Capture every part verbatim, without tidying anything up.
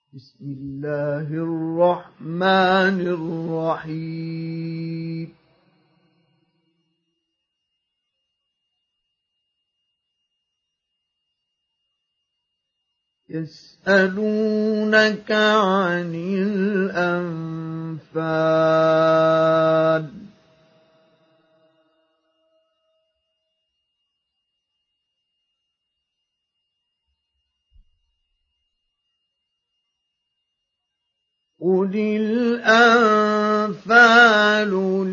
بسم الله الرحمن الرحيم يسألونك عن الأنفال قل الأنفال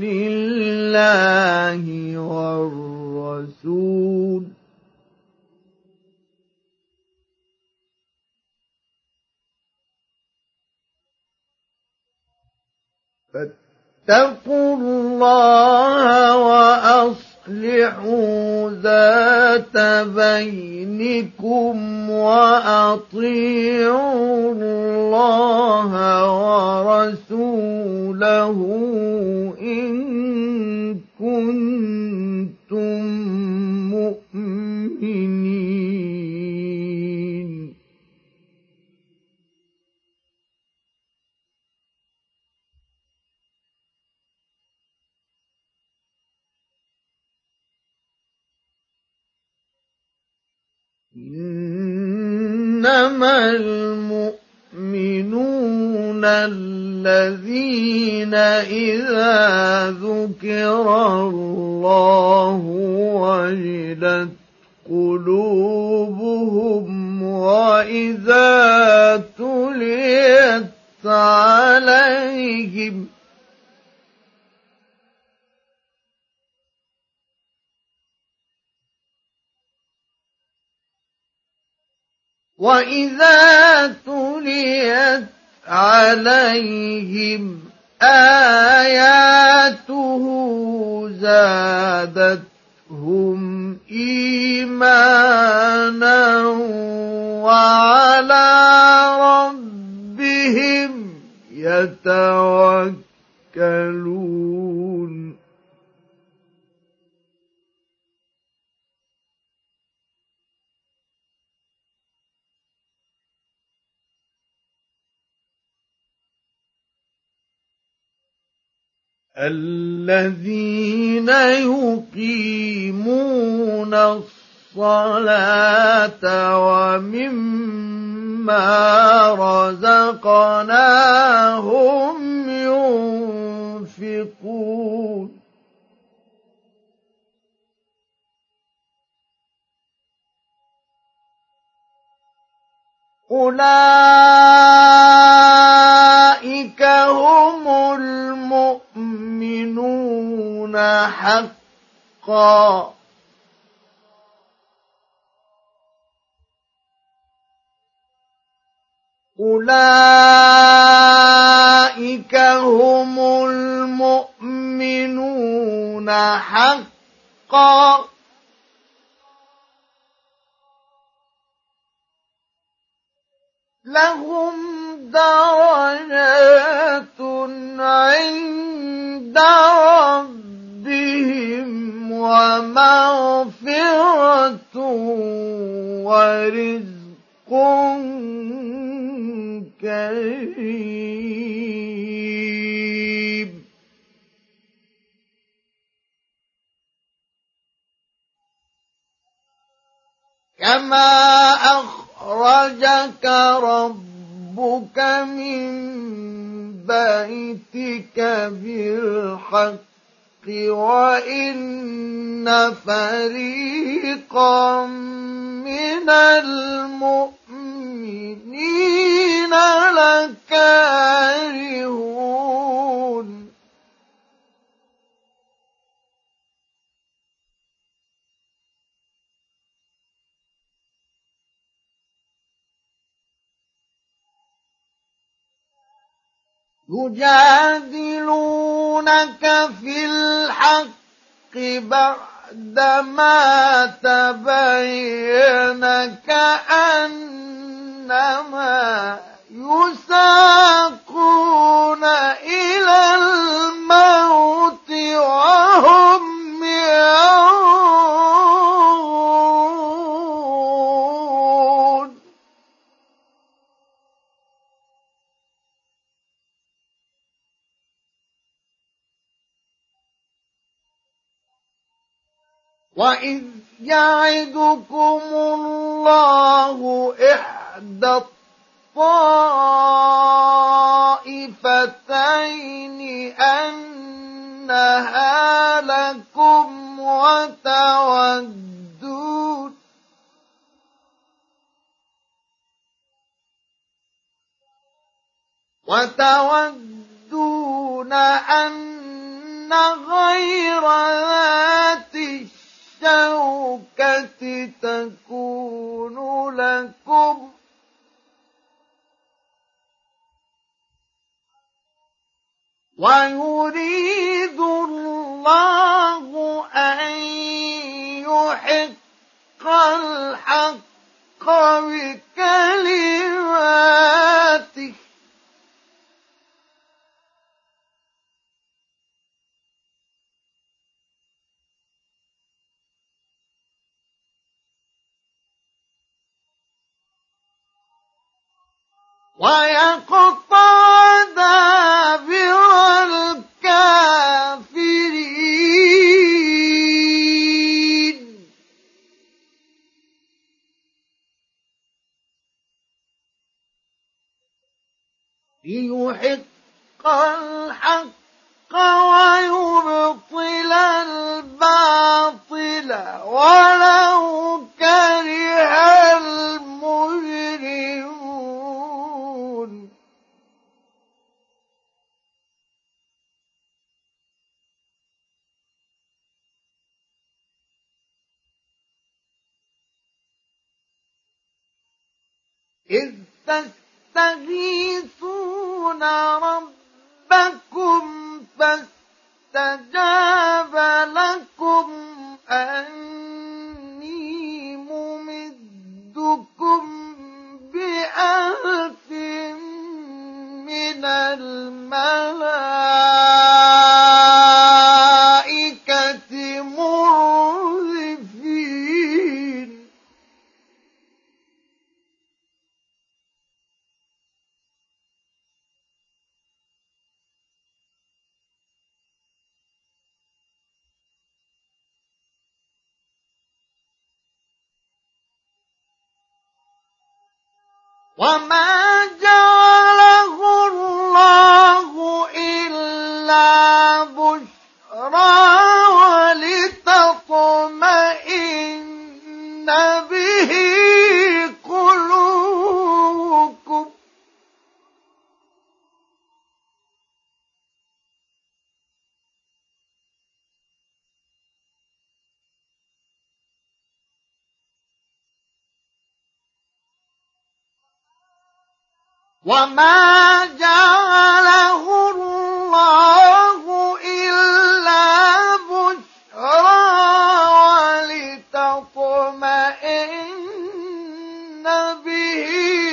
لله والرسول فاتقوا الله وأصلحوا ذات بينكم وأطيعوا الله ورسوله إن كنتم مؤمنين إنما المؤمنون الذين إذا ذكر الله وجلت قلوبهم وإذا تليت عليهم وَإِذَا تُلِيَتْ عَلَيْهِمْ آيَاتُهُ زَادَتْهُمْ إِيمَانًا وَعَلَى رَبِّهِمْ يَتَوَكَّلُونَ الذين يقيمون الصلاة ومما رزقناهم ينفقون أولئك هم المؤمنون حقا أولئك هم المؤمنون حقا لهم درجات عند ربهم ومغفرة ورزق كريم كما أخرجك ربك من بيتك بالحق وإن فريقا من المؤمنين لكارهون يجادلونك في الحق بعدما تبين كأنما يساقون إلى الموت وهم ينظرون وإذ يعدكم الله إحدى الطائفتين أنها لكم وتودون وتودون أن غير ذات الشوكة تكون لكم ويريد الله أن يحق الحق بكلماته ويقطع دابر الكافرين ليحق الحق ويبطل الباطل ولو كره المجرمون. إذ تستغيثون ربكم فاستجاب لكم أني ممدكم بألف من الملائكة مردفين. وما جعله الله إلا بشرى ولتطمئن به قلوبكم وما جعله الله إلا بشرى ولتطمئن به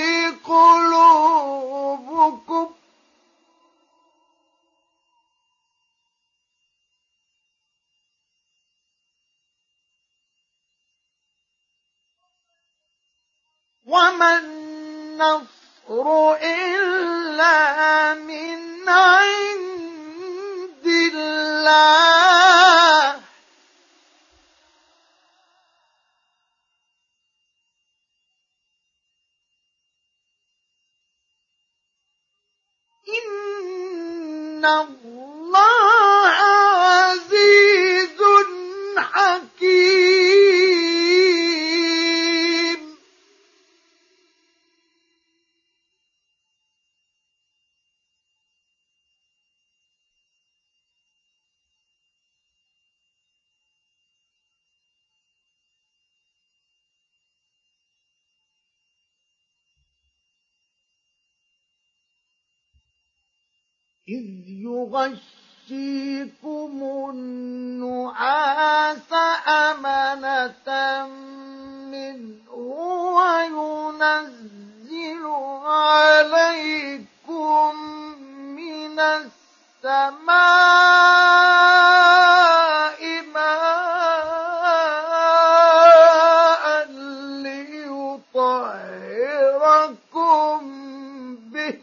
قلوبكم وما النصر إلا من عند الله إن الله عزيز حكيم. إذ يغشيكم النعاس أمنة منه وينزل عليكم من السماء ماء ليطهركم به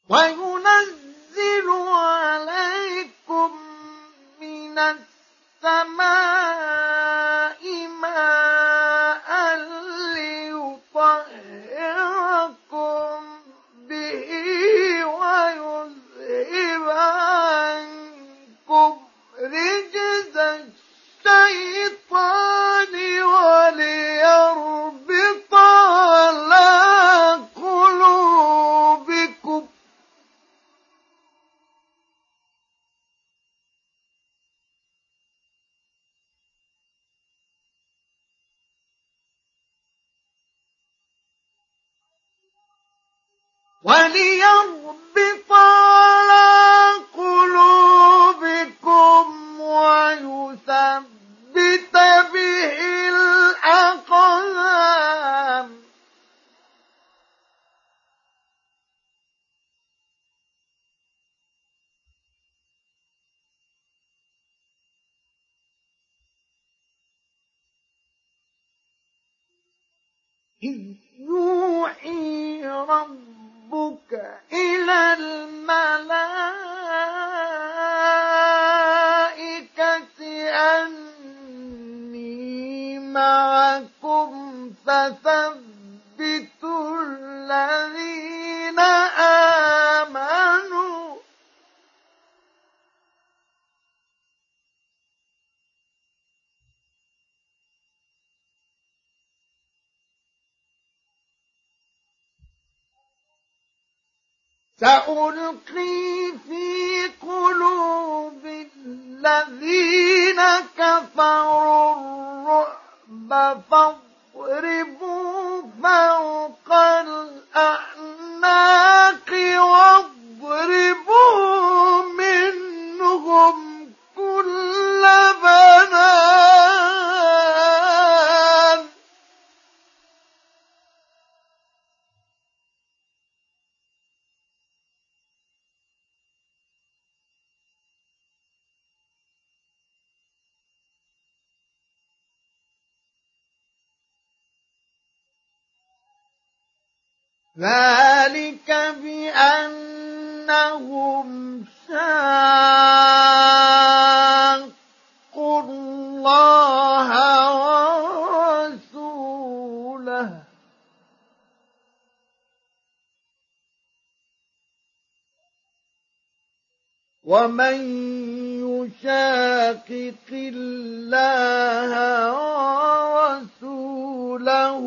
وينزل عليكم من السماء ماء ليطهركم به ويذهب عنكم رجز الشيطان وليربط على قلوبكم وليربط على قلوبكم ويثبت به الأقدام. إذ يوحي ربك إلى الملائكة أني معكم فثبتوا الذين آمنوا سألقي في قلوب الذين كفروا الرعب فاضربوا فوق الأعناق واضربوا منهم كل بنان. ذلك بأنهم شاقوا الله ورسوله ومن يشاقق الله ورسوله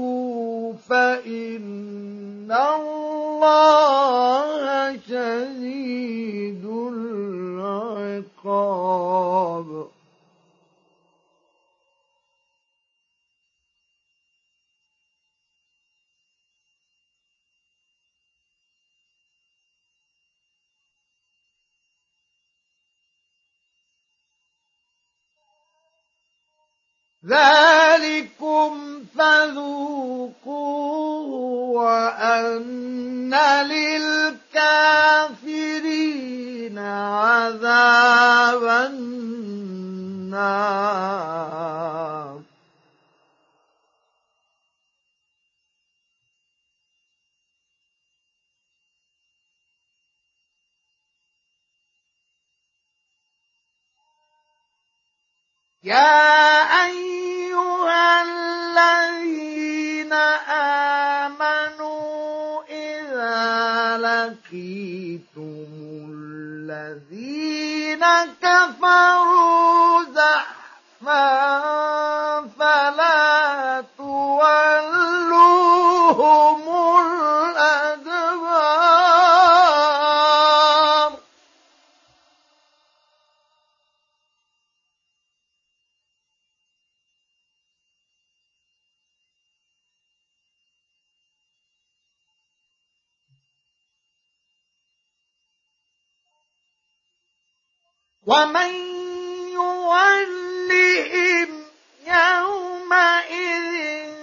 فإن الله شديد العقاب. ذلكم فذوقوه وأن للكافرين عذاب النار. يا أيها الذين آمنوا إذا لقيتم الذين كفروا زحفا فلا تولوهم الأدبار. ومن يولهم يومئذ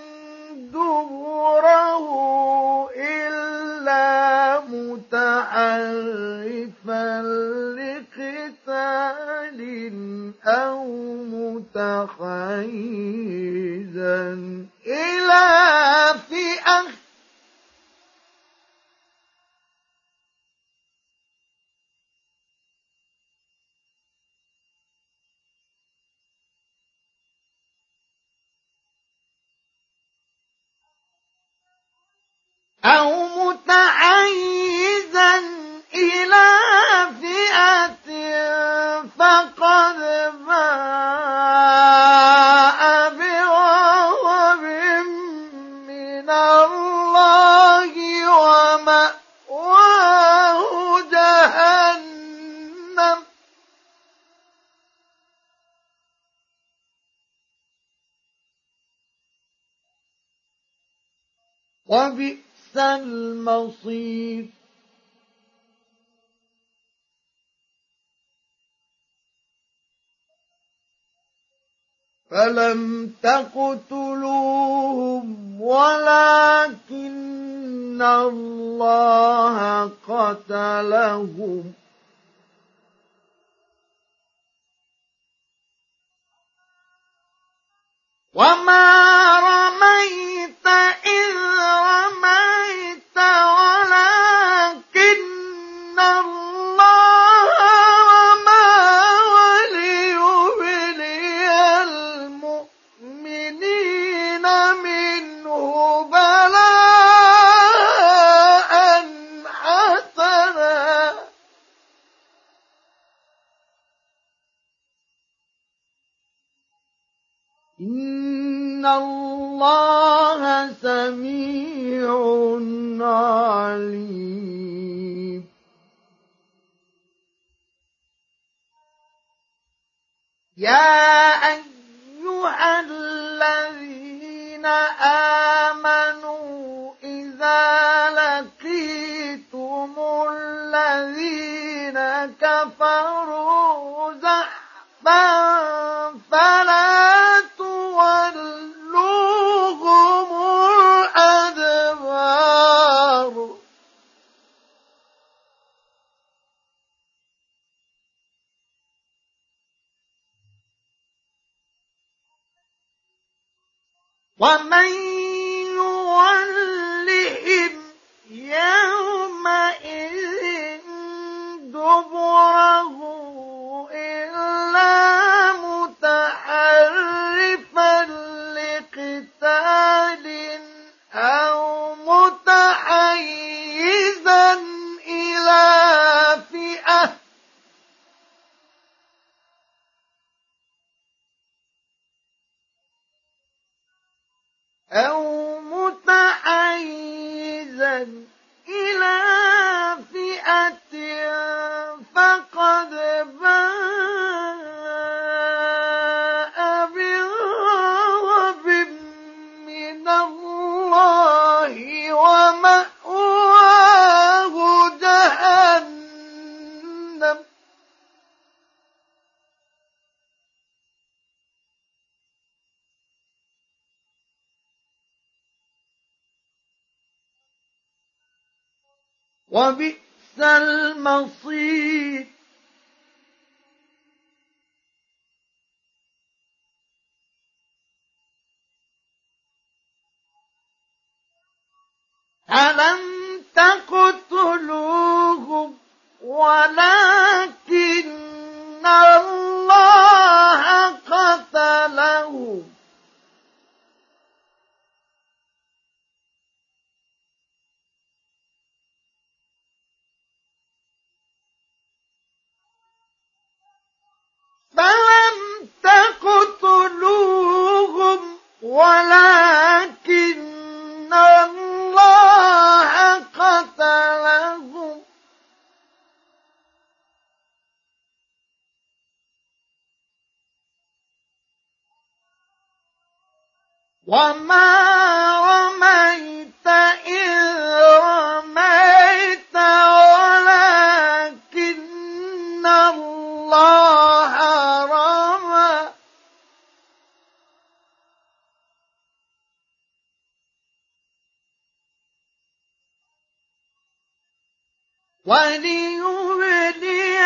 دبره إلا متحرفا لقتال أو متحيزا إلى فئة أو متحيزا إلى فئة فقد باء بغضب من الله ومأواه جهنم وبئس المصير. فلم تقتلوهم ولكن الله قتلهم وما رميت إذ رميت ولكن الله رمى وليبلي المؤمنين منه بلاء حسنا إن الله سميع عليم. يا أيها الذين آمنوا إذا لقيتم الذين كفروا زحفا فلا تولوهم الأدبار ومن يولهم يومئذ دبره إلا متحرفا لقتال أو متحيزا إلى فئة أو متحيزا إلى فئة فقد باء بغضب من الله ومأواه جهنم وبئس المصير. ألم تقتلوهم ولكن الله قتلهم فلم تقتلوهم ولكن الله قتلهم وما رميت إذ رميت ولكن الله رمى وليبلي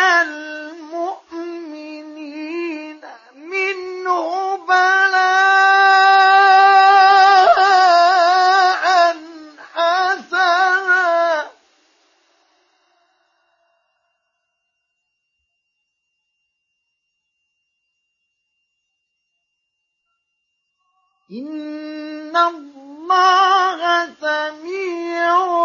المؤمنين منه بلاء حسنا إن الله سميع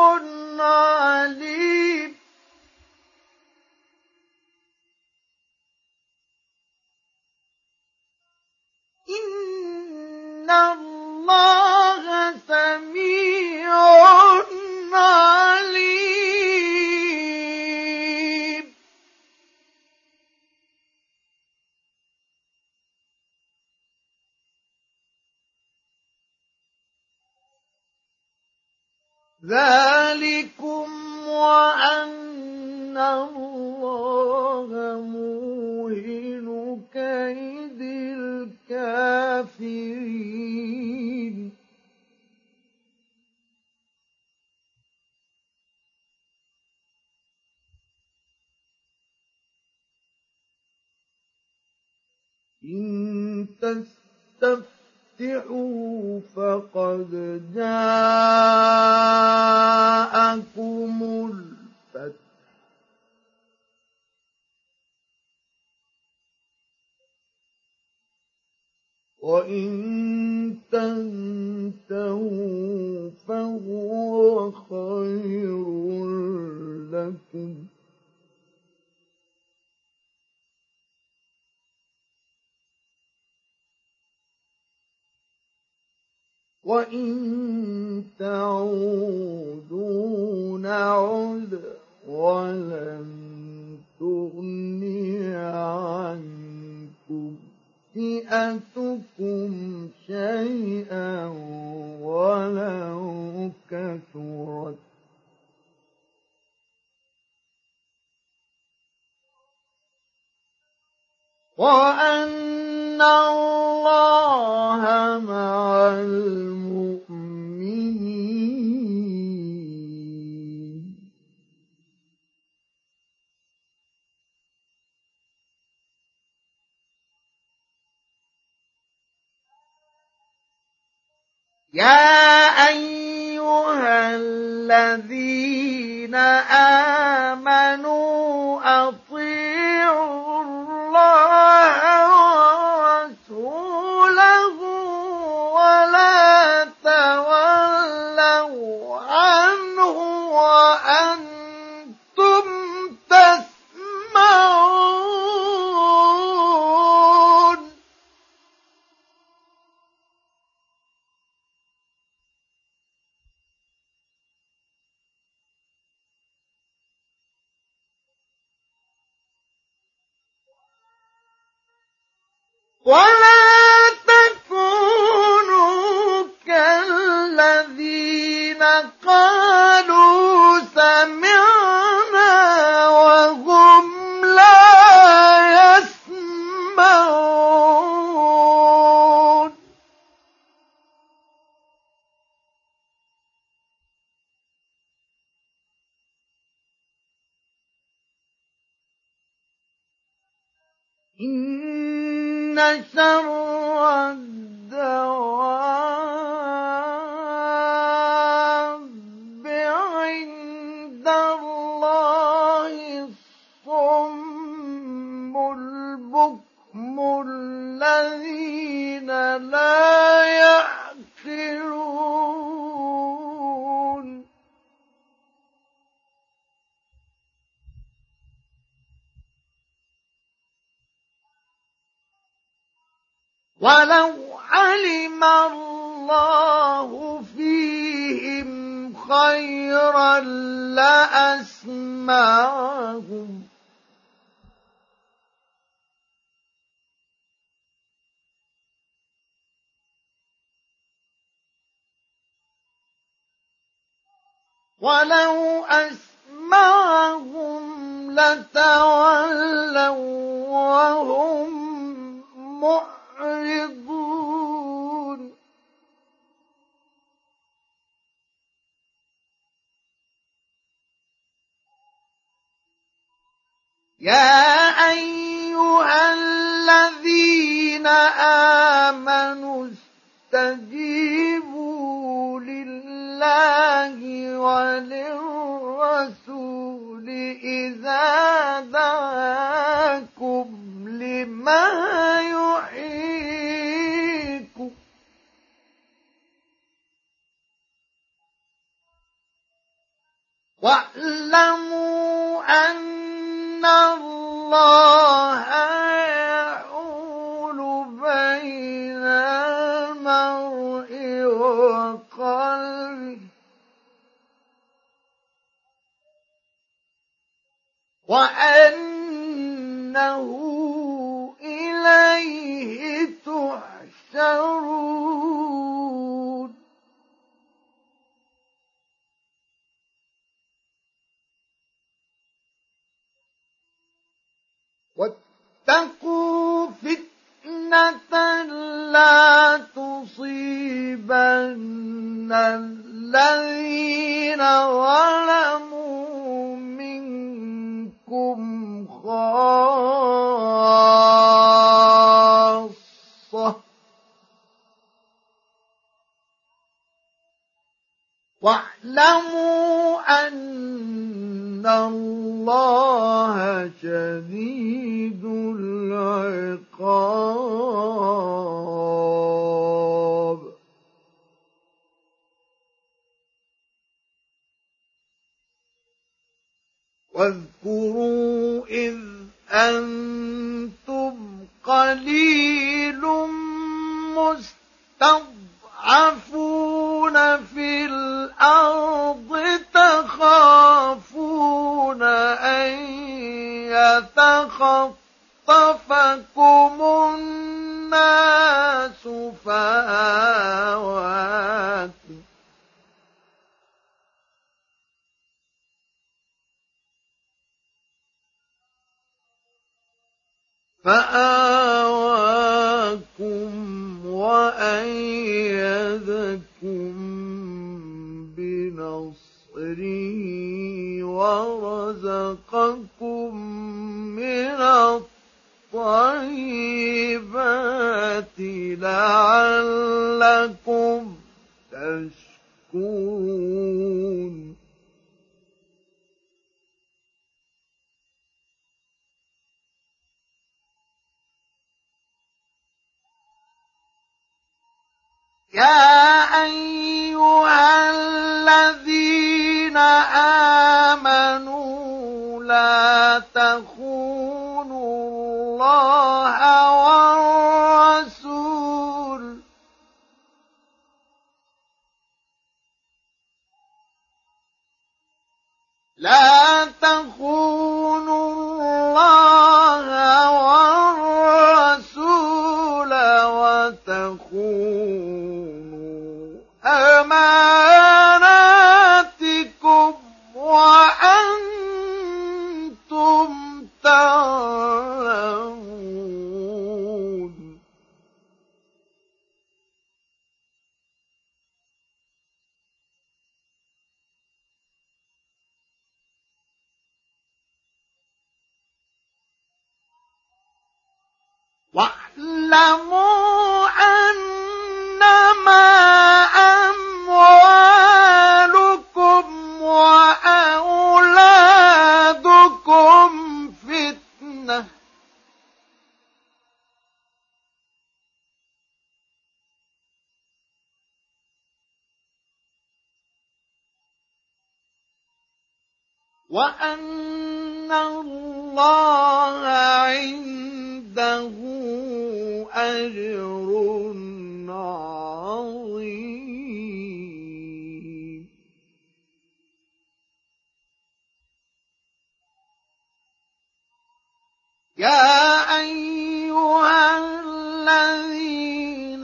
إِنَّ اللَّهَ سَمِيعٌ عَلِيمٌ. ذَلِكُمْ وَأَنَّ اللَّهَ مُوهِنُ كَيْدِ الْكَافِرِينَ. إِن تَسْتَفْتِحُوا فَقَدْ جَاءَكُمُ الْفَتْحُ وَإِن تَنْتَهُوا فَهُوَ خَيْرٌ لَّكُمْ وَإِن تَعُودُوا نَعُدْ وَلَن تُغْنِيَ عَنكُمْ فِئَتُكُمْ شَيْئًا وَلَوْ كَثُرَتْ وَأَنَّ اللَّهَ مَعَ الْمُؤْمِنِينَ. يَا أَيُّهَا الَّذِينَ آمَنُوا أَطِيعُوا اللَّهَ وَرَسُولَهُ وَلَا تَوَلَّوْا عَنْهُ وَأَنتُمْ تَسْمَعُونَ. وَلَا تَكُونُوا كَالَّذِينَ قَالُوا سَمِعْنَا وَهُمْ لَا يَسْمَعُونَ. إِنَّ شَرَّ الدَّوَابِّ عِندَ اللَّهِ الصُّمُّ الْبُكْمُ الَّذِينَ لَا يَعْقِلُونَ. وَلَوْ عَلِمَ اللَّهُ فِيهِمْ خَيْرًا لَّأَسْمَعَهُمْ وَلَوْ أَسْمَعَهُمْ لَتَوَلَّوْا وَهُمْ مُعْرِضُونَ. يَا أَيُّهَا الَّذِينَ آمَنُوا اسْتَجِيبُوا لِلَّهِ وَلِلرَّسُولِ إِذَا دَعَاكُمْ لِمَا يُحْيِيكُمْ. وَاعْلَمُوا أَنَّ اللَّهَ يَحُولُ بَيْنَ الْمَرْءِ وأنه إليه تحشرون واتقوا فتنة لا تصيبن الذين ظلموا منكم خاصة واعلموا أن الله شديد العقاب واذكروا إذ أنتم قليل مستضعفون في الأرض تخافون أن يتخطفكم الناس فآواكم فآواكم وأيدكم بنصره ورزقكم من الطيبات لعلكم تشكرون يا أيها الذين آمنوا لا تخونوا الله والرسول لا تخونوا الله والرسول وتخونوا أماناتكم وأنتم تعلمون واعلموا أنما أموالكم وأولادكم فتنة وأن الله عنده أجر عظيم يا أيها الذين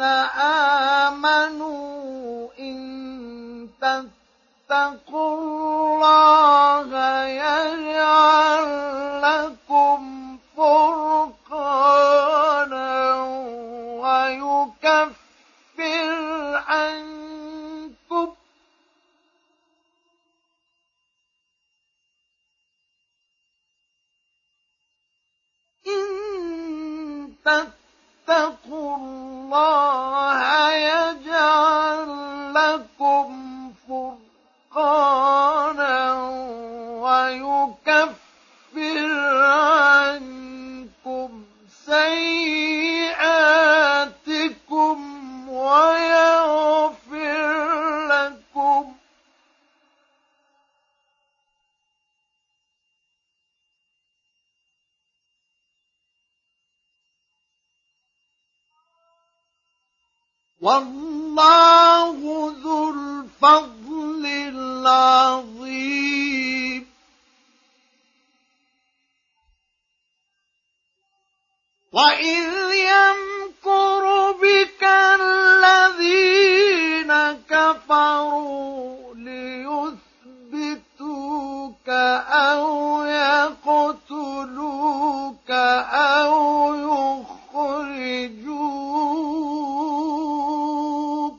آمنوا إن تتقوا الله يجعل لكم فرقانا ويكفر عنكم إن تتقوا الله يجعل لكم فرقانا ويكفر عنكم سيئاتكم ويغفر لكم والله ذو الفضل العظيم وَإِذْ يَمْكُرُ بِكَ الَّذِينَ كَفَرُوا لِيُثْبِتُوكَ أَوْ يَقْتُلُوكَ أَوْ يُخْرِجُوكَ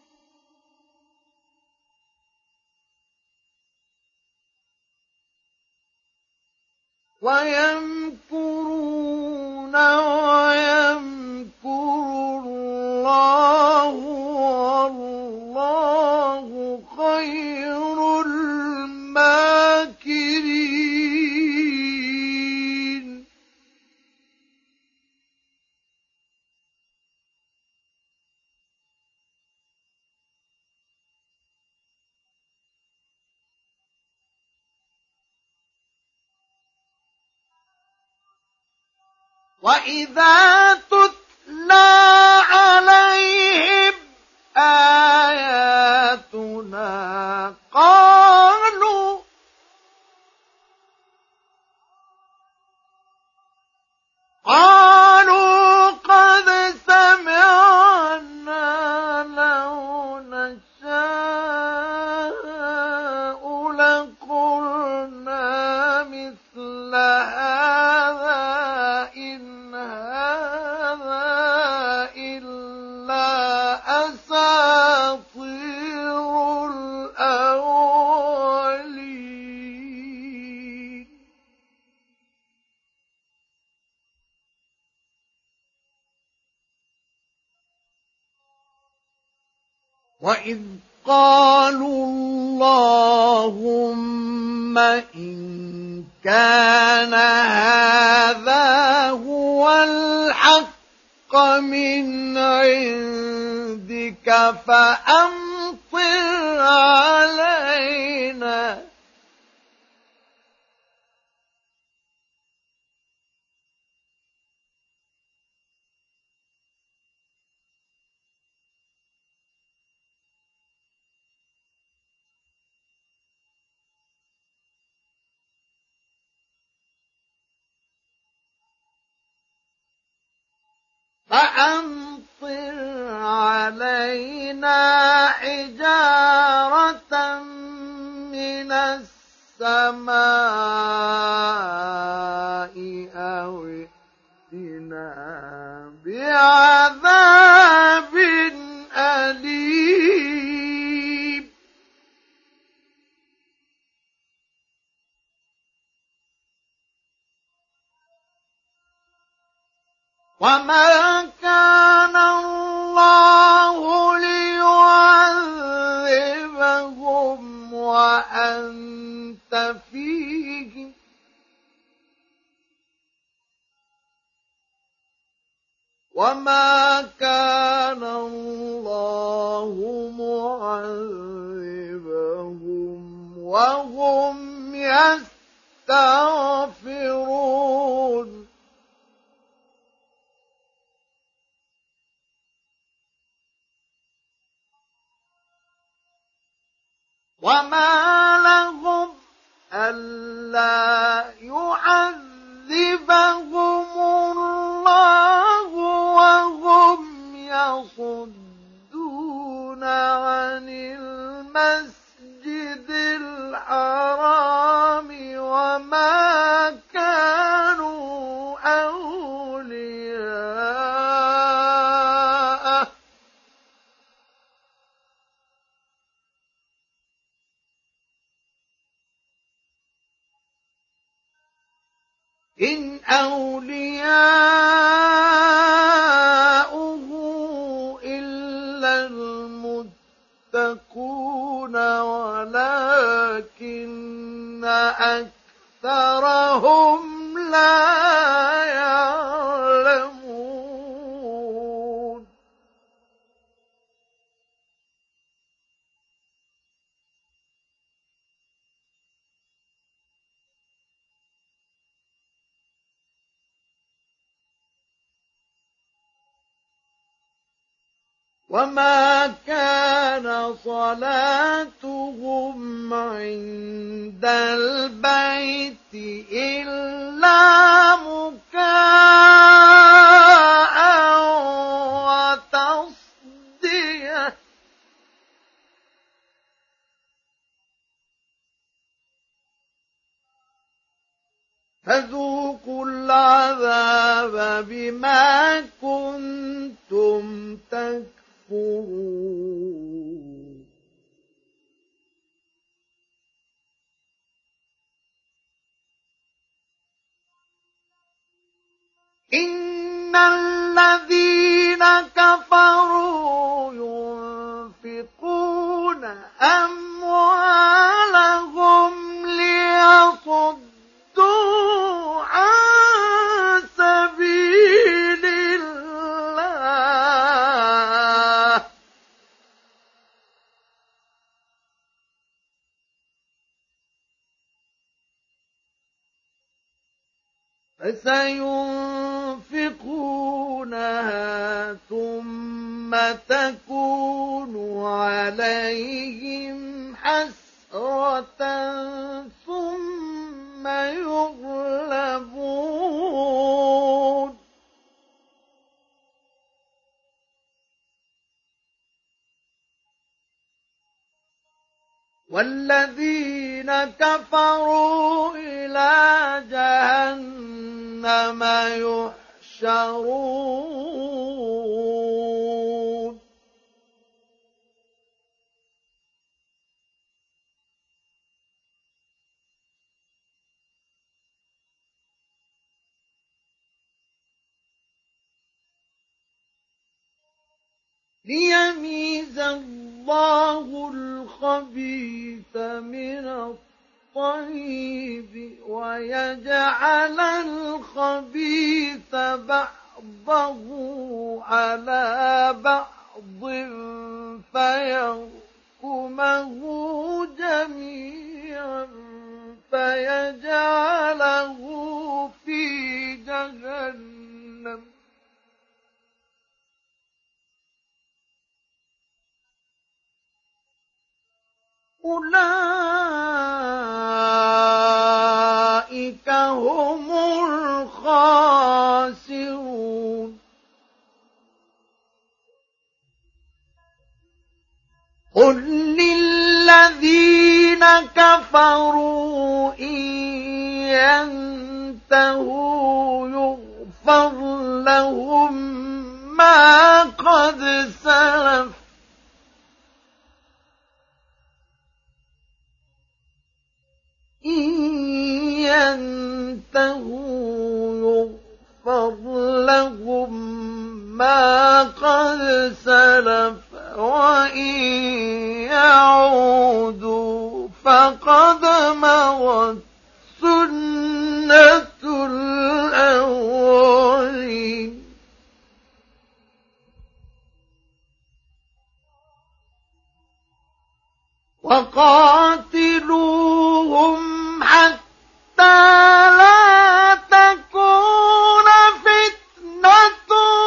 وَيَمْكُرُونَ وَيَمْكُرُ اللَّهُ وَاللَّهُ خَيْرُ الْمَاكِرِينَ. وَإِذَا تُتْلَىٰ عَلَيْهِمْ آيَاتُنَا قَالُوا قَالُوا قَدْ سَمِعْنَا لَوْ نَشَاءُ لَقُلْنَا مِثْلَ هَٰذَا إِنْ هَٰذَا إِلَّا أَسَاطِيرُ الْأَوَّلِينَ. وَإِذْ قَالُوا اللَّهُمَّ إِن كَانَ هَٰذَا هُوَ الْحَقَّ مِنْ عِندِكَ فَأَمْطِرْ عَلَيْنَا فَأَمْطِرْ عَلَيْنَا حِجَارَةً مِّنَ السَّمَاءِ أَوِ ائْتِنَا بِعَذَابٍ أَلِيمٍ. وَمَا كَانَ اللَّهُ لِيُعَذِّبَهُمْ وَأَنتَ فِيهِمْ وَمَا كَانَ اللَّهُ مُعَذِّبَهُمْ وَهُمْ يَسْتَغْفِرُونَ. وَمَا لَهُمْ أَلَّا يُعَذِّبَهُمُ اللَّهُ وَهُمْ يَصُدُّونَ عَنِ الْمَسْجِدِ الْحَرَامِ وَمَا كَانُوا أَوْلِيَاءَهُ إِنْ أَوْلِيَاؤُهُ إِلَّا الْمُتَّقُونَ وَلَٰكِنَّ أَكْثَرَهُمْ لَا يَعْلَمُونَ. وَمَا كَانَ صَلَاتُهُمْ عِندَ الْبَيْتِ إِلَّا مُكَاءً فذوقوا العذاب بما كنتم تكفرون. إن الذين كفروا ينفقون أموالهم ليصدوا عن سبيل الله فسينفقونها ثم تكون عليهم حسرة ثم يغلبون والذين كفروا إلى جهنم يحشرون. ليميز الله الخبيث من الطيب ويجعل الخبيث بعضه على بعض فيركمه جميعا فيجعله في جهنم أولئك هم الخاسرون. قل للذين كفروا إن ينتهوا يغفر لهم ما قد سلف إن ينتهوا يغفر لهم ما قد سلف وإن يعودوا فقد مضت سنة الأولين. وقاتلوهم حتى لا تكون فتنة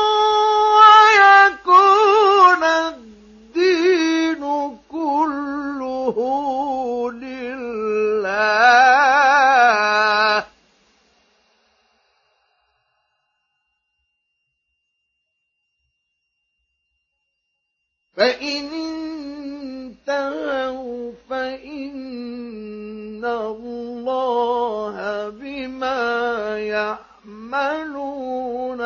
ويكون الدين كله لله. فإن انتهوا فإن الله بما يعملون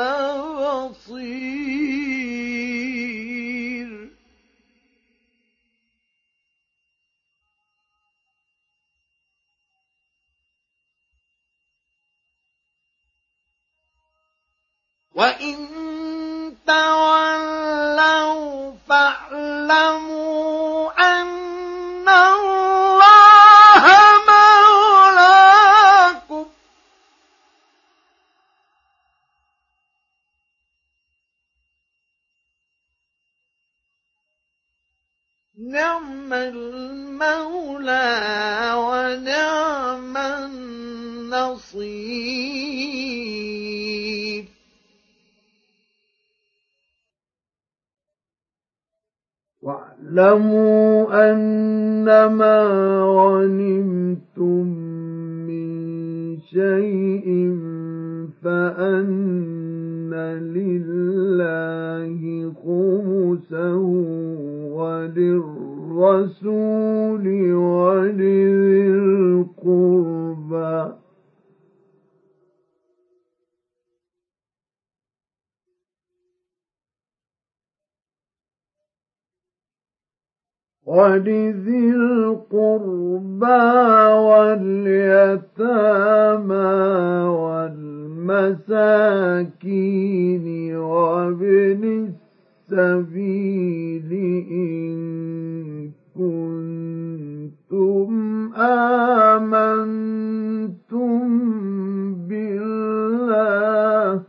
بصير. وإن تولوا فاعلموا أن الله مولاكم نعم المولى ونعم النصير. واعلموا أنما غنمتم من شيء فأن لله خمسه وللرسول ولذي القربى ولذي القربى واليتامى والمساكين وابن السبيل إن كنتم آمنتم بالله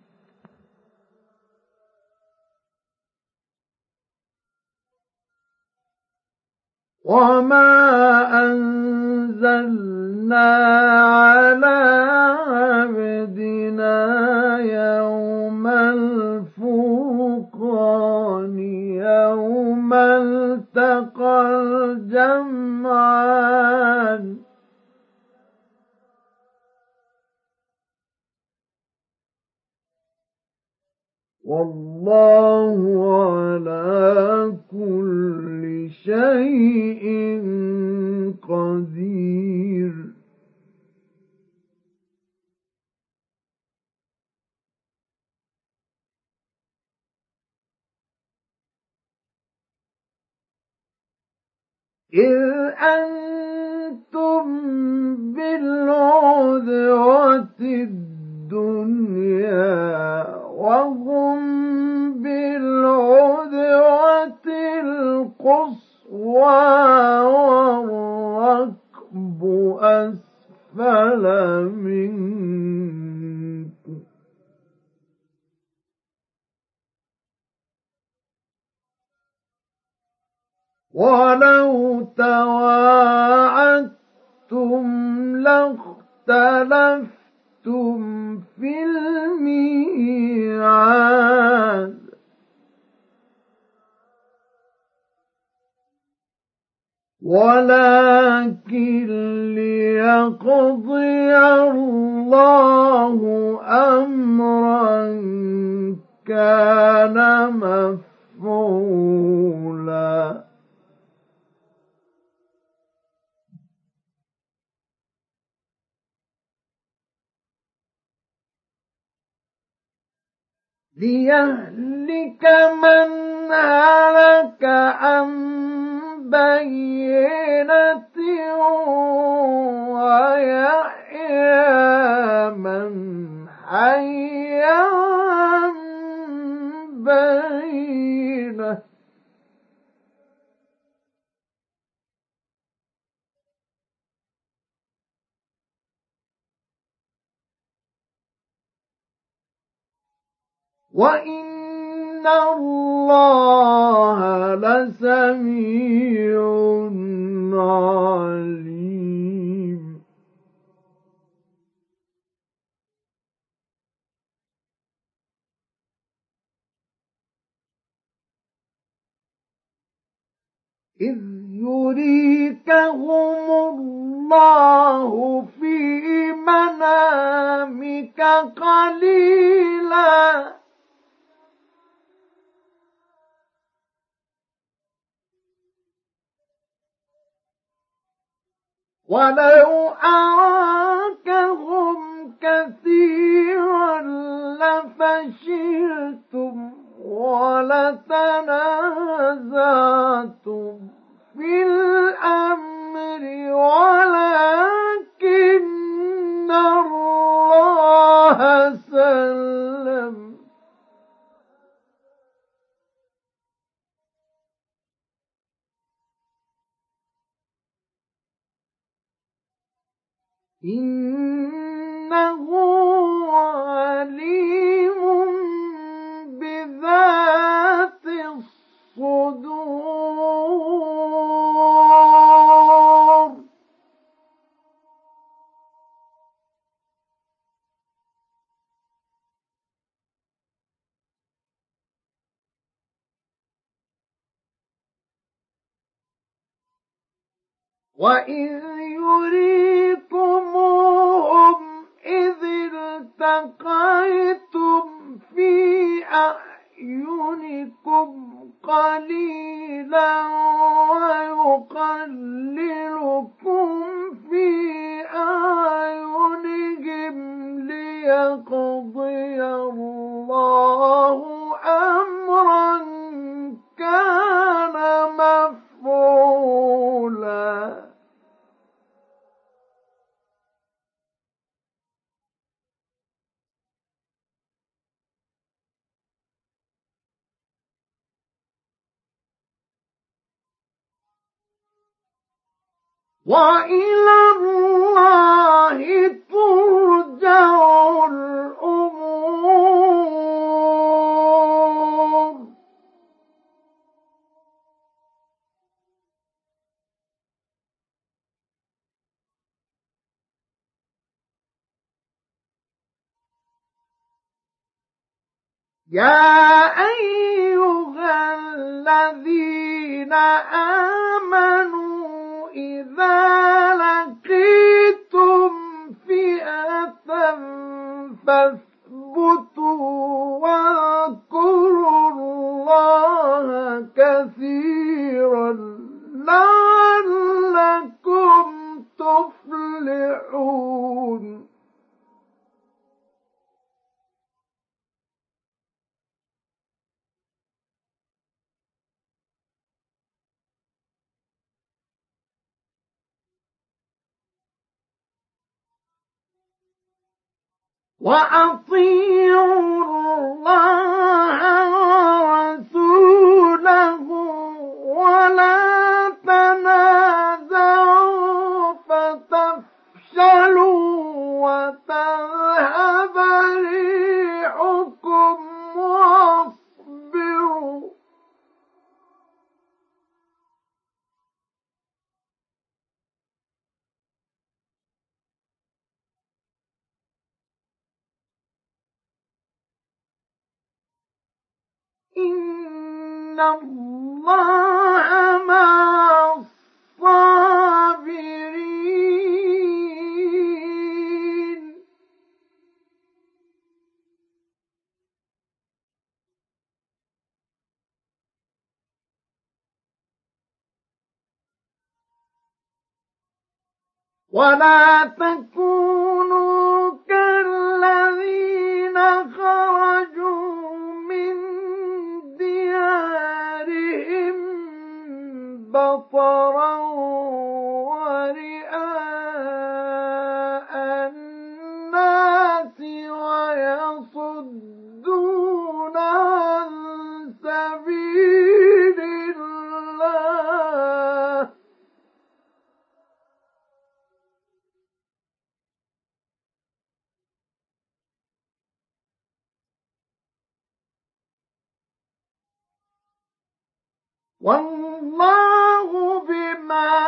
وما أنزلنا على عبدنا يوم الفرقان يوم التقى الجمعان والله على كل شيء قدير إذ أنتم بالعدوة الدنيا وهم بالعدوة القصوى والركب أسفل منكم ولو تواعدتم لاختلفتم في الميعاد ولكن ليقضي الله أمرا كان مفعولا ليهلك من هلك عن بينة ويحيى من حي عن بينة وإن الله لسميع عليم إذ يريكهم الله في منامك قليلا ولو أراكهم كثيرا لفشلتم ولتنازعتم في الأمر ولكن الله سلم إنه عليم بذات الصدور وإذ يريكموهم إذ التقيتم في أعينكم قليلا ويقللكم في أعينهم ليقضي الله أمرا كان مفعولا وإلى الله ترجع الأمور. يا أيها الذين آمنوا إذا لقيتم فئة فاثبتوا واذكروا الله كثيرا لعلكم تفلحون. وأطيعوا الله ورسوله ولا تنازعوا فتفشلوا وتذهب ريحكم واصبروا. إن الله مع الصابرين. ولا تكونوا كالذين خرجوا من ديارهم بطرا ورئاء الناس ويصدون عن سبيل الله. والله بما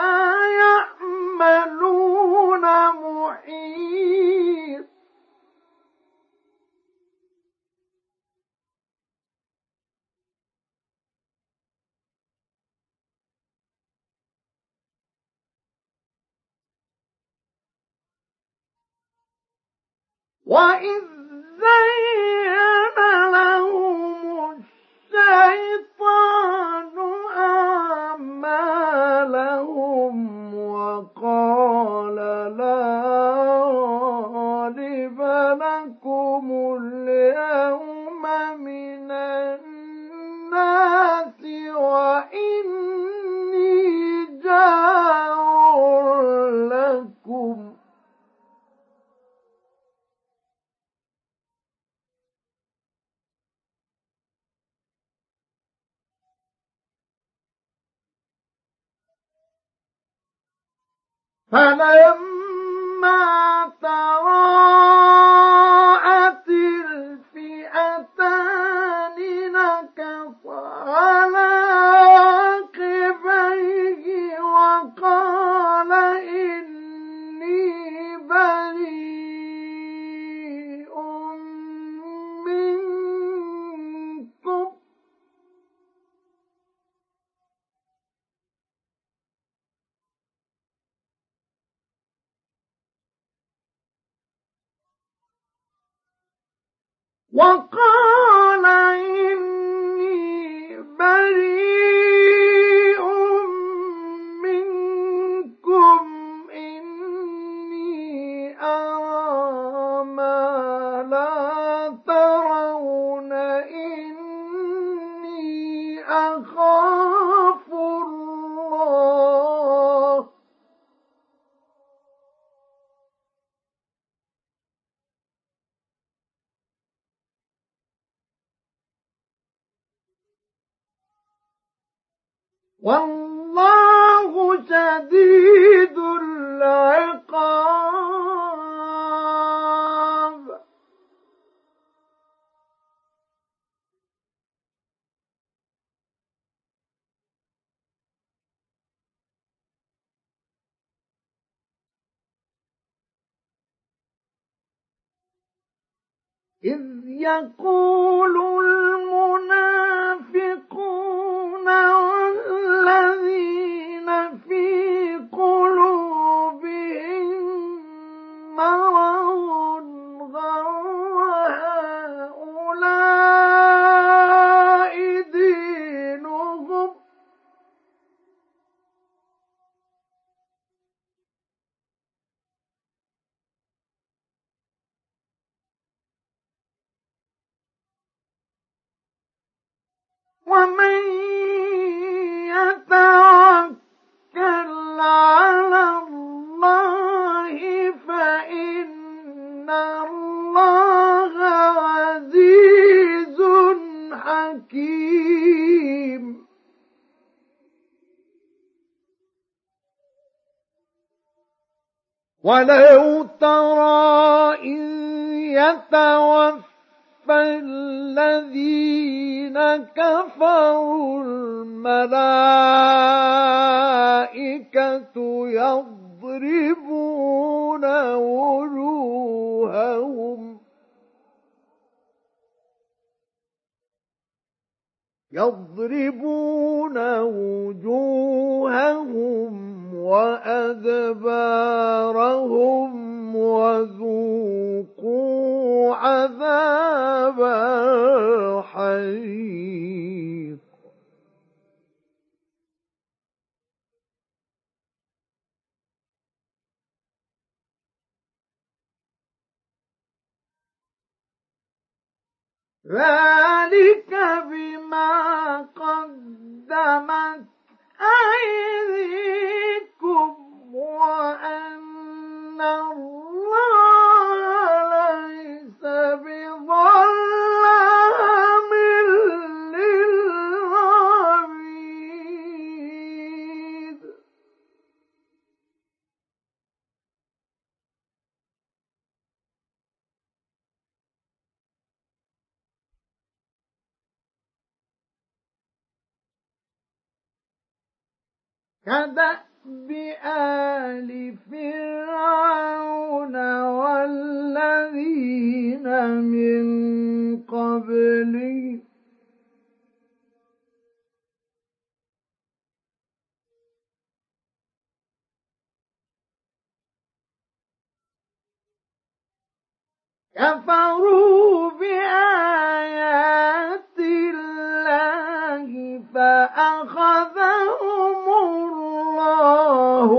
يعملون محيط. وإذ زين لهم الشيطان أعمالهم وقال لا غالب لكم اليوم من الناس وإني جار لكم. فلما تراءت الفئتان نكص على عقبيه وقال إني بريء منكم وقال إني بريء منكم إني أرى ما لا ترون إني أخاف الله. والله شديد العقاب إذ يقول المنافقون والذين في قلوبهم مرض غر هؤلاء دينهم ومن يتوكل على الله فإن الله عزيز حكيم ولو ترى إذ يتوفى فالذين كفروا الملائكة يضربون وجوههم يضربون وجوههم وأدبارهم وذوقوا عذاب الحريق ذلك بما قدمت أيديكم وأن الله ليس بظلام للعبيد كدأب آل فرعون والذين من قبلهم كفروا بآيات الله فأخذهم الله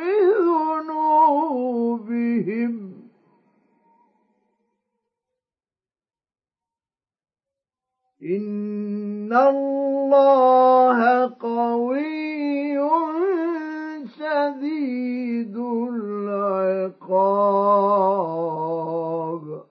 بذنوبهم إن الله قوي شديد العقاب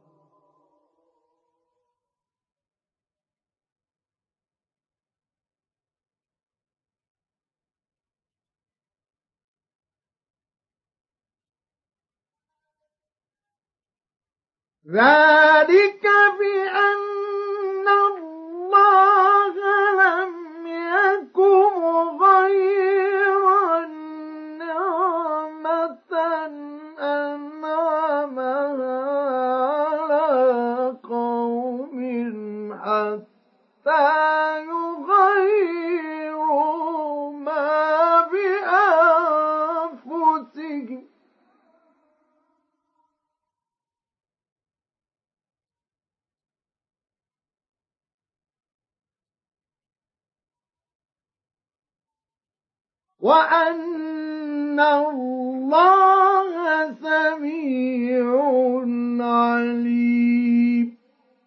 ذلك بأن الله لم يكن غير نعمة أنعمها على قوم حتى يغيروا ما بأنفسهم وأن الله سميع عليم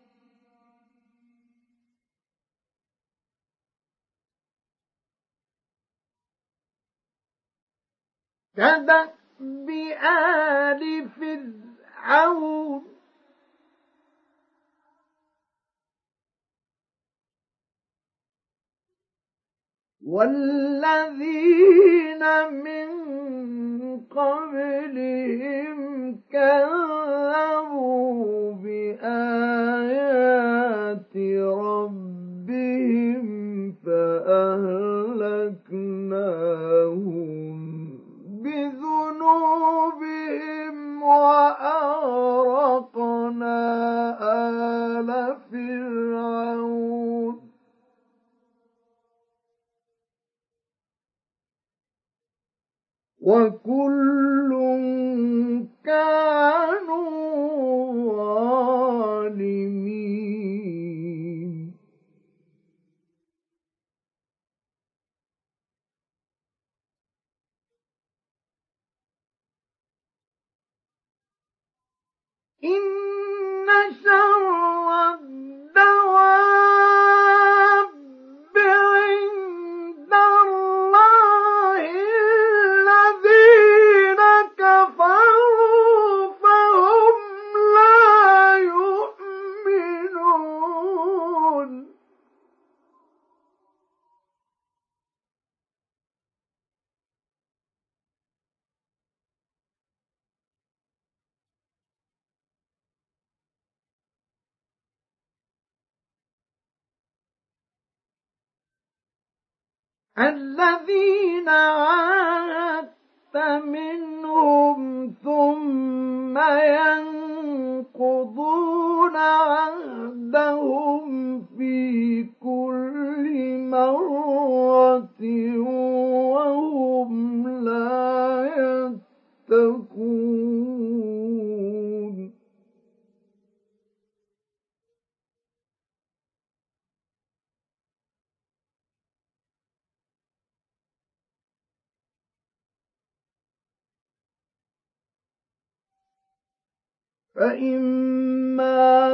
كدأب آل فرعون والذين من قبلهم كذبوا بآيات ربهم فأهلكناهم بذنوبهم وأغرقنا آل فرعون وكل كانوا ظالمين إن شر الدواب عند الله الذين كفروا فهم لا يؤمنون الذين عاهدت منهم ثم ينقضون عهدهم في كل مرة وهم لا يتقون فإما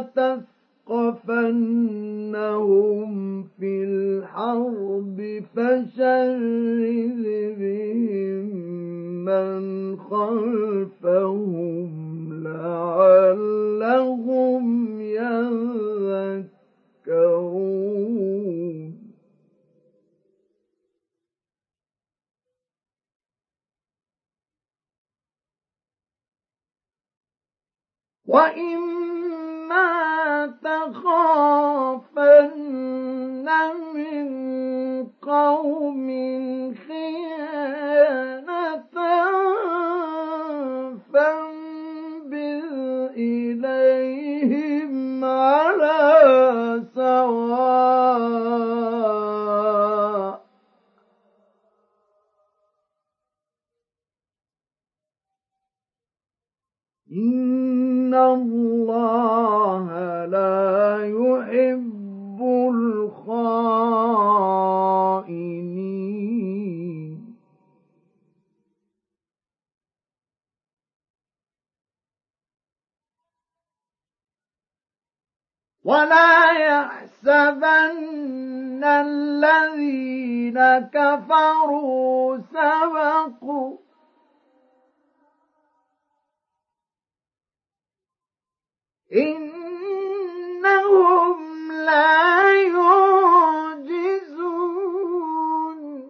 تثقفنهم في الحرب فشرد بهم من خلفهم لعلهم يذكرون وَإِمَّا تَخَافَنَّ مِنْ قَوْمٍ خِيَانَةً فَانبِذْ إِلَيْهِمْ عَلَى سَوَاءٍ إِنَّ اللَّهَ لَا يُحِبُّ الْخَائِنِينَ وَلَا يَحْسَبَنَّ الَّذِينَ كَفَرُوا سَبَقُوا إِنَّهُمْ لَا يُعْجِزُونَ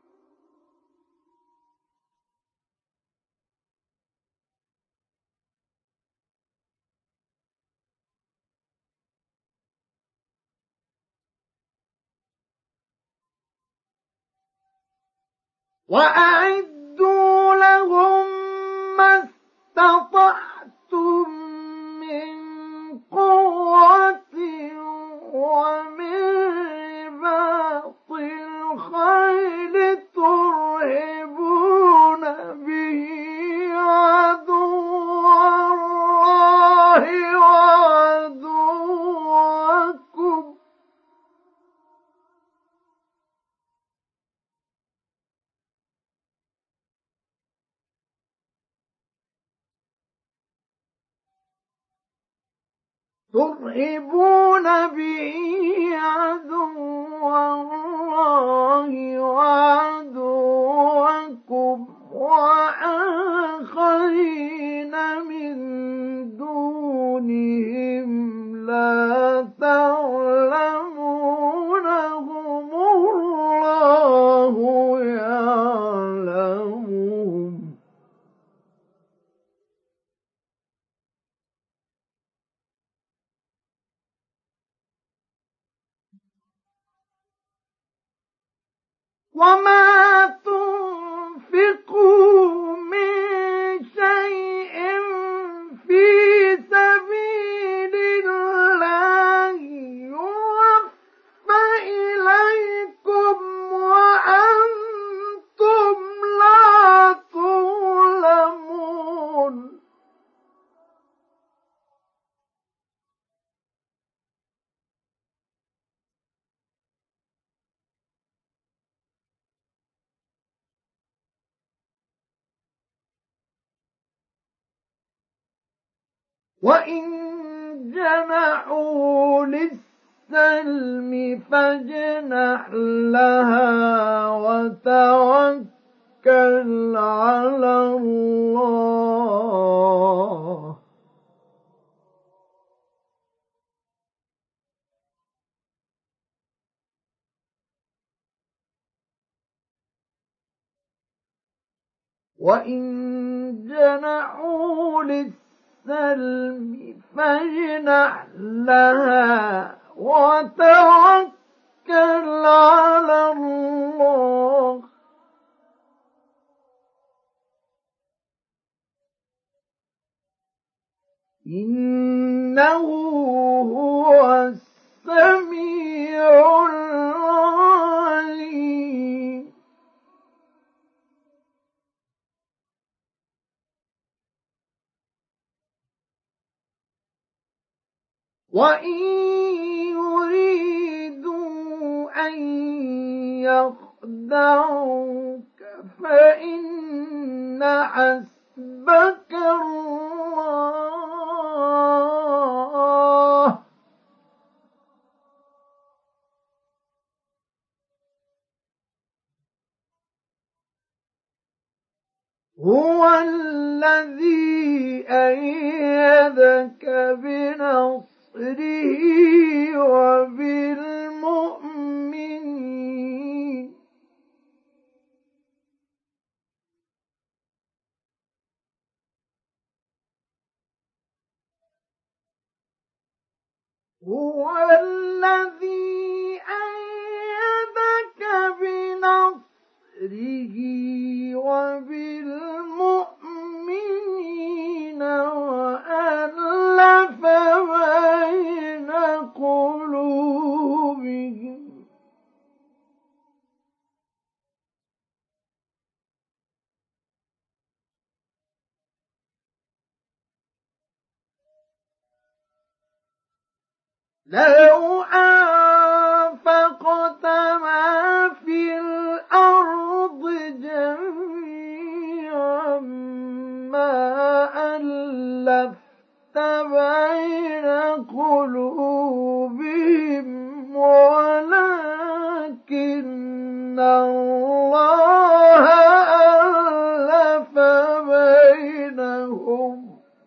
وَأَعِدُّوا لَهُم مَّا اسْتَطَعْتُم مِّن قُوَّةٍ وَمِن رِّبَاطِ الْخَيْلِ تُرْهِبُونَ بِهِ عَدُوَّ اللَّهِ وَعَدُوَّكُمْ تُرْهِبُونَ بِهِ عَدُوَّ اللَّهِ وَعَدُوَّكُمْ وَآخَرِينَ مِن دُونِهِمْ لَا تَعْلَمُونَهُمُ اللَّهُ وما تنفقوا من شيء في سبيل الله يوفى إليكم وأنتم لا تظلمون. وإن جنحوا للسلم فاجنح لها وتوكل على الله. وإن جنحوا للسلم السلم فاجنح لها وتوكل على الله. إنه هو السميع العليم. وإن يريدوا أن يخدعوك فإن حسبك الله هو الذي أيدك بنصره وبالمؤمنين. هو الذي أيدك بنصره وبالمؤمنين وألف بين قلوبهم. لو أنفقت ما في الأرض جميعا ما ألفت بين قلوبهم ولكن الله ألف بينهم.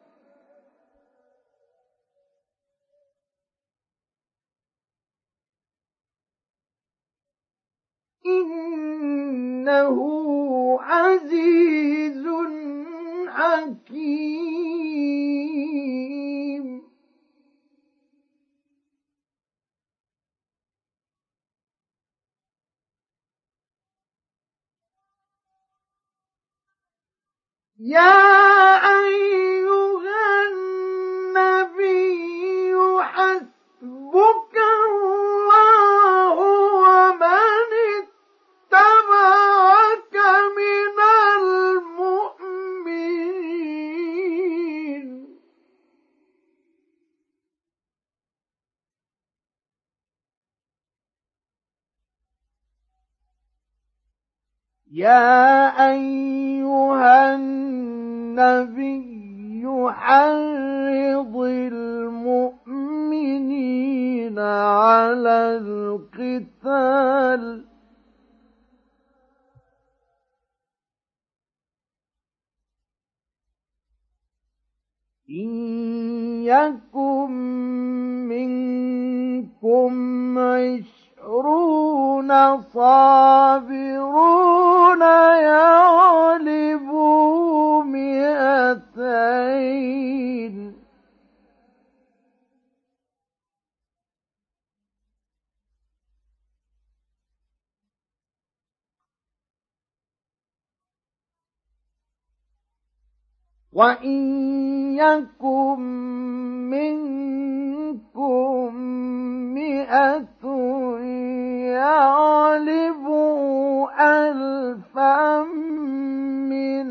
إنه عزيز حكيم. يا أيها النبي حسبك الله ومن اتبعك من المؤمنين. يا أيها النبي حرض المؤمنين على القتال إن يكن منكم عشرون صابرون يغلبوا مئتين وإن يكن منكم مئة يغلبوا ألفا من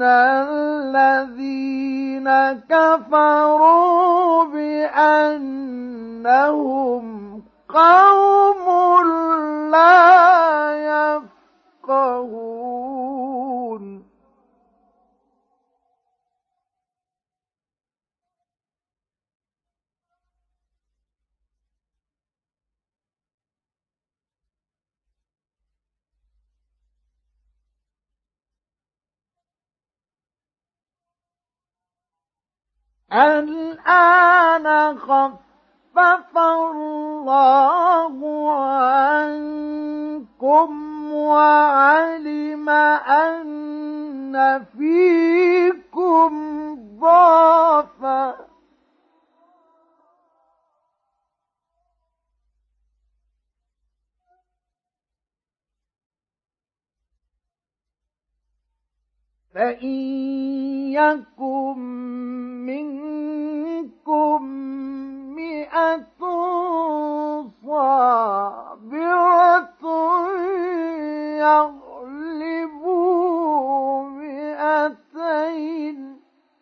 الذين كفروا بأنهم قوم لا يفقهون الآن خفف الله عنكم وعلم أن فيكم ضعفا فإن يكن منكم مئة صابرة يغلبوا مئتين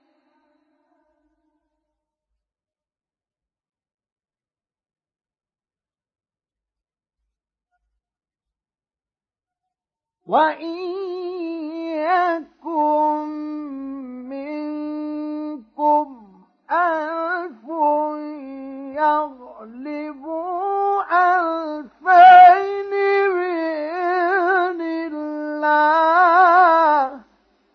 وإن يكن منكم ألف يغلبوا ألفين بإذن الله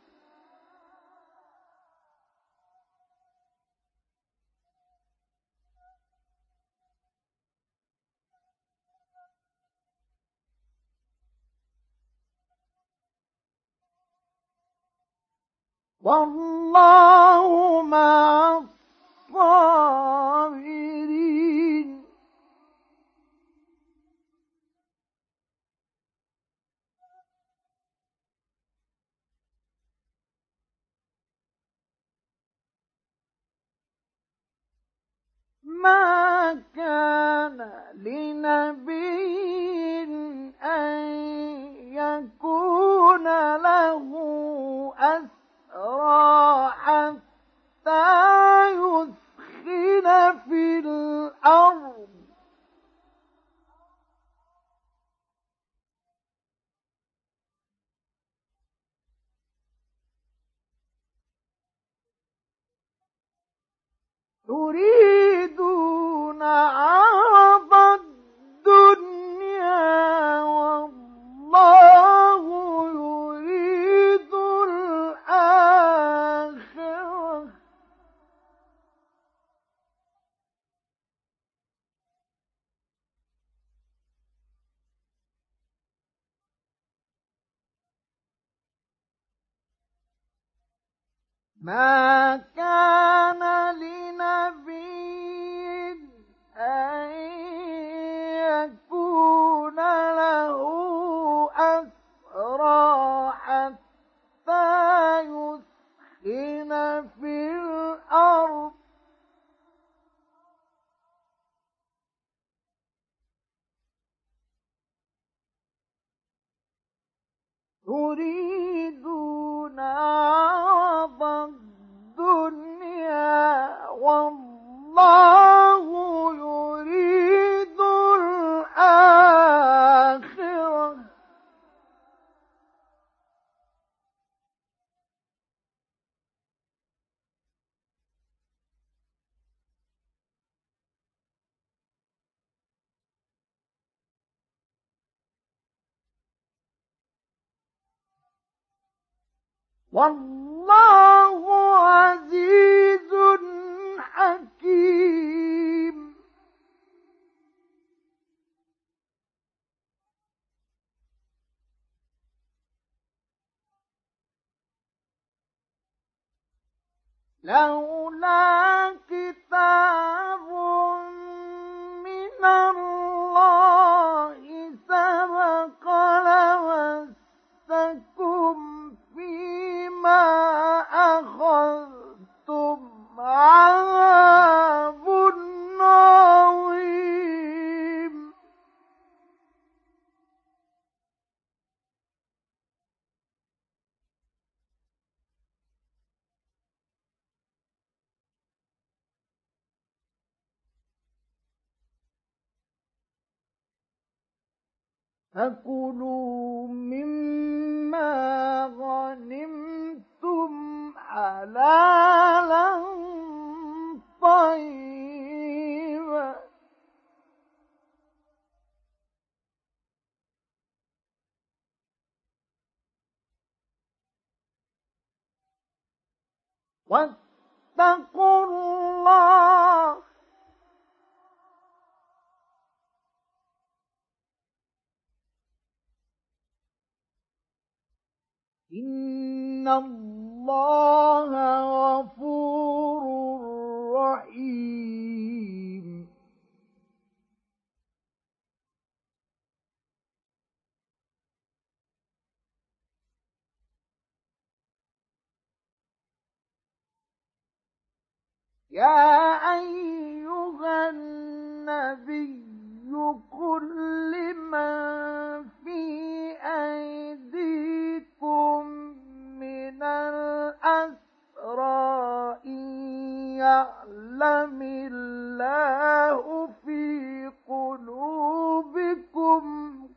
والله مع الصابرين ما كان لنبي أن يكون له أسرى حتى يثخن في الأرض يريدون عرض الدنيا والله يريد الآخرة ما كان لنبي أن يكون له أسرى حتى يثخن في الأرض يريدون عرض الدنيا والله يريد الآخرة والله عزيز حكيم لولا كتاب من الله سبق لمسكم فيما أخذتم فكلوا مما غنمتم حلالا طيبا واتقوا الله إن الله غفور رحيم يا أيها النبي قل لمن في أيديكم من الأسرى إن يعلم الله في قلوبكم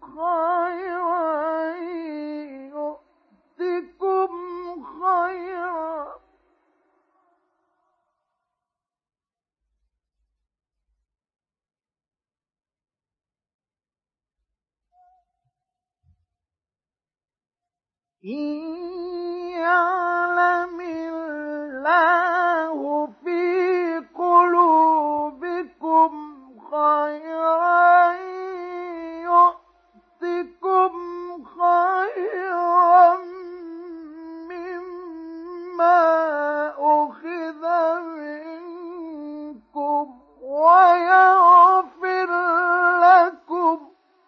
خيرا يؤتكم خيرا إن يعلم الله في قلوبكم خيرا يؤتكم خيرا مما أخذ منكم ويغفر لكم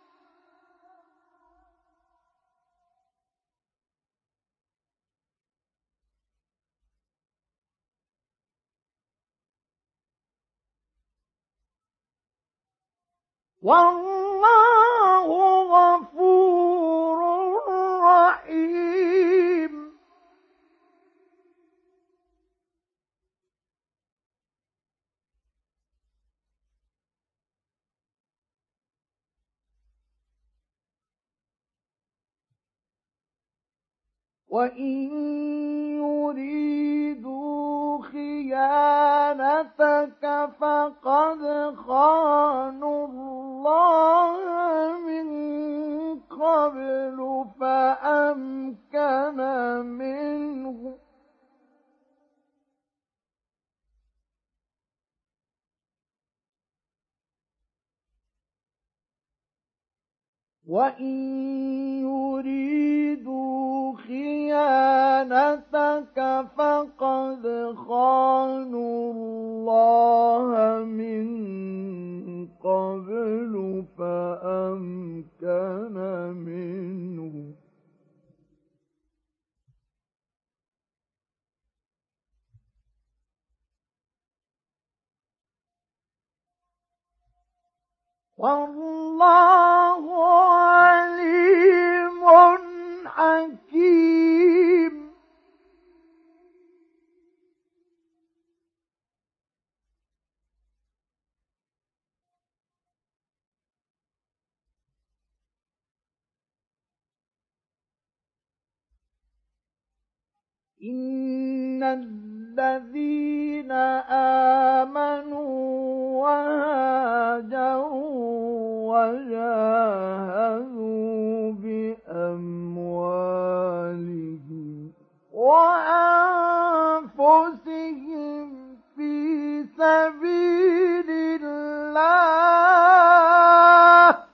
والله غفور رحيم وإن يريدوا خيانتك فقد خانوا الله من قبل فأمكن منه وإن يريدوا خيانتك فقد خانوا الله من قبل فأمكن منه والله عليم حكيم إن الذين آمنوا وهاجروا وجاهدوا بأموالهم وأنفسهم في سبيل الله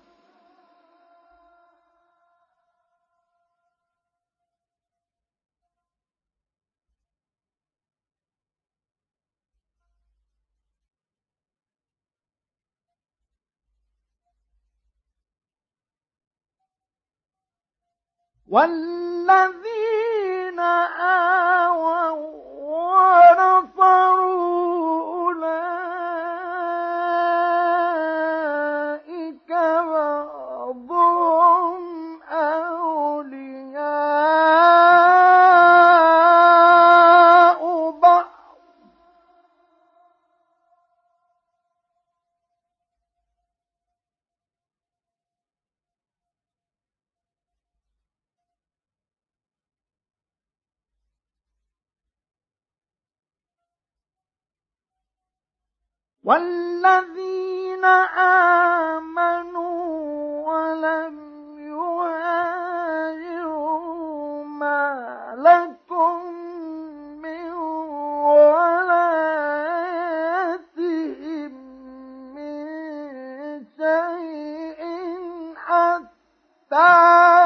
والذين آووا ونصروا أولئك بعضهم أولياء بعض والذين آمنوا ولم يهاجروا ما لكم من ولايتهم من شيء حتى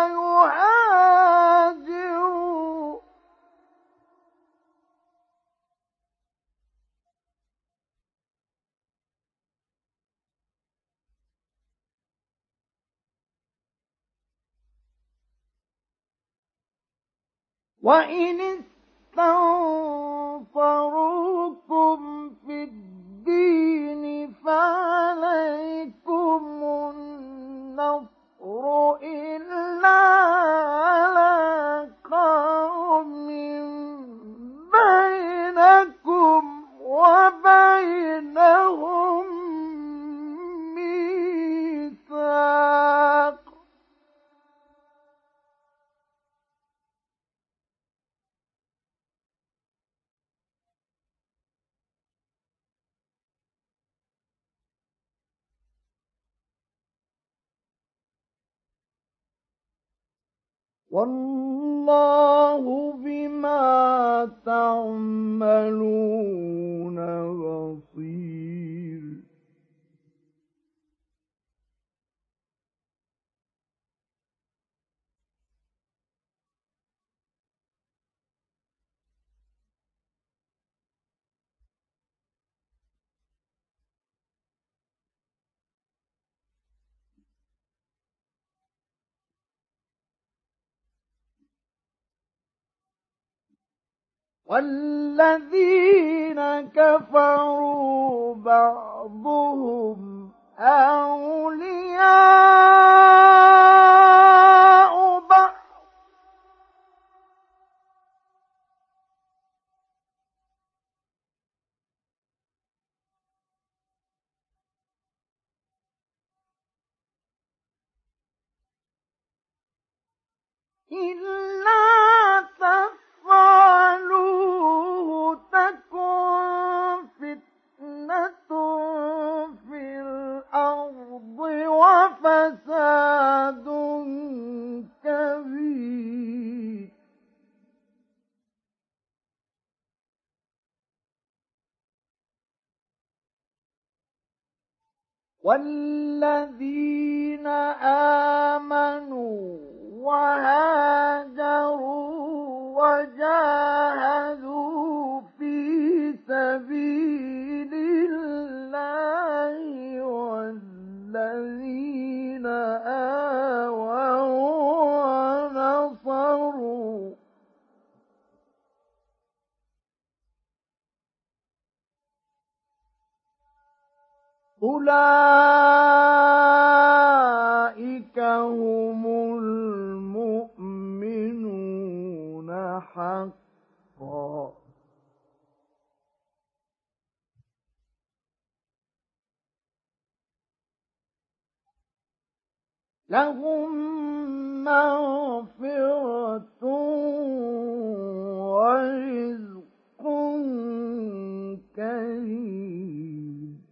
يهاجروا وإن استنصروكم في الدين فعليكم النصر إلا على قوم بينكم وبينهم ميثاق والله بما تعملون بصير والذين كفروا بعضهم أولياء بعض إلا تفعلوه تكن فتنة في الأرض وفساد كبير والذين آمنوا وهاجروا وجاهدوا في سبيل الله والذين آووا ونصروا أولئك هم المؤمنون حقا لهم مغفرة ورزق كريم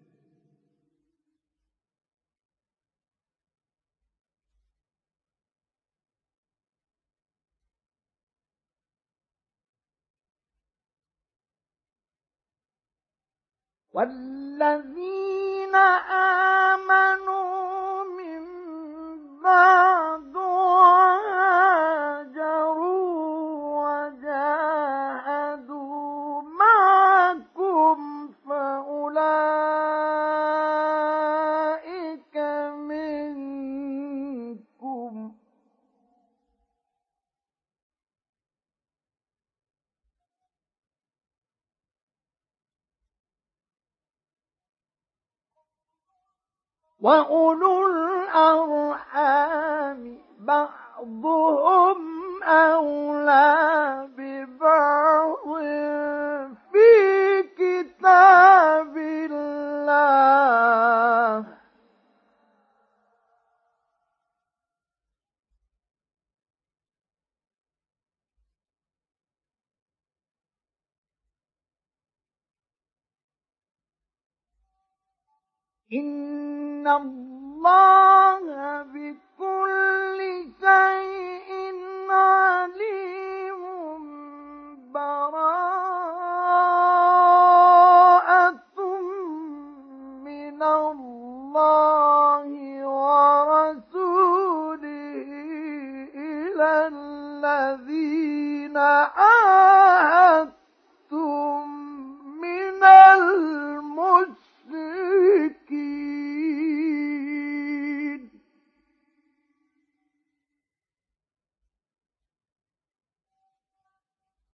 والذين آمنوا من بعد وهاجروا وجاهدوا معكم فأولئك منكم وأولو الأرحام بعضهم أولى ببعض في كتاب الله إن الله بكل شيء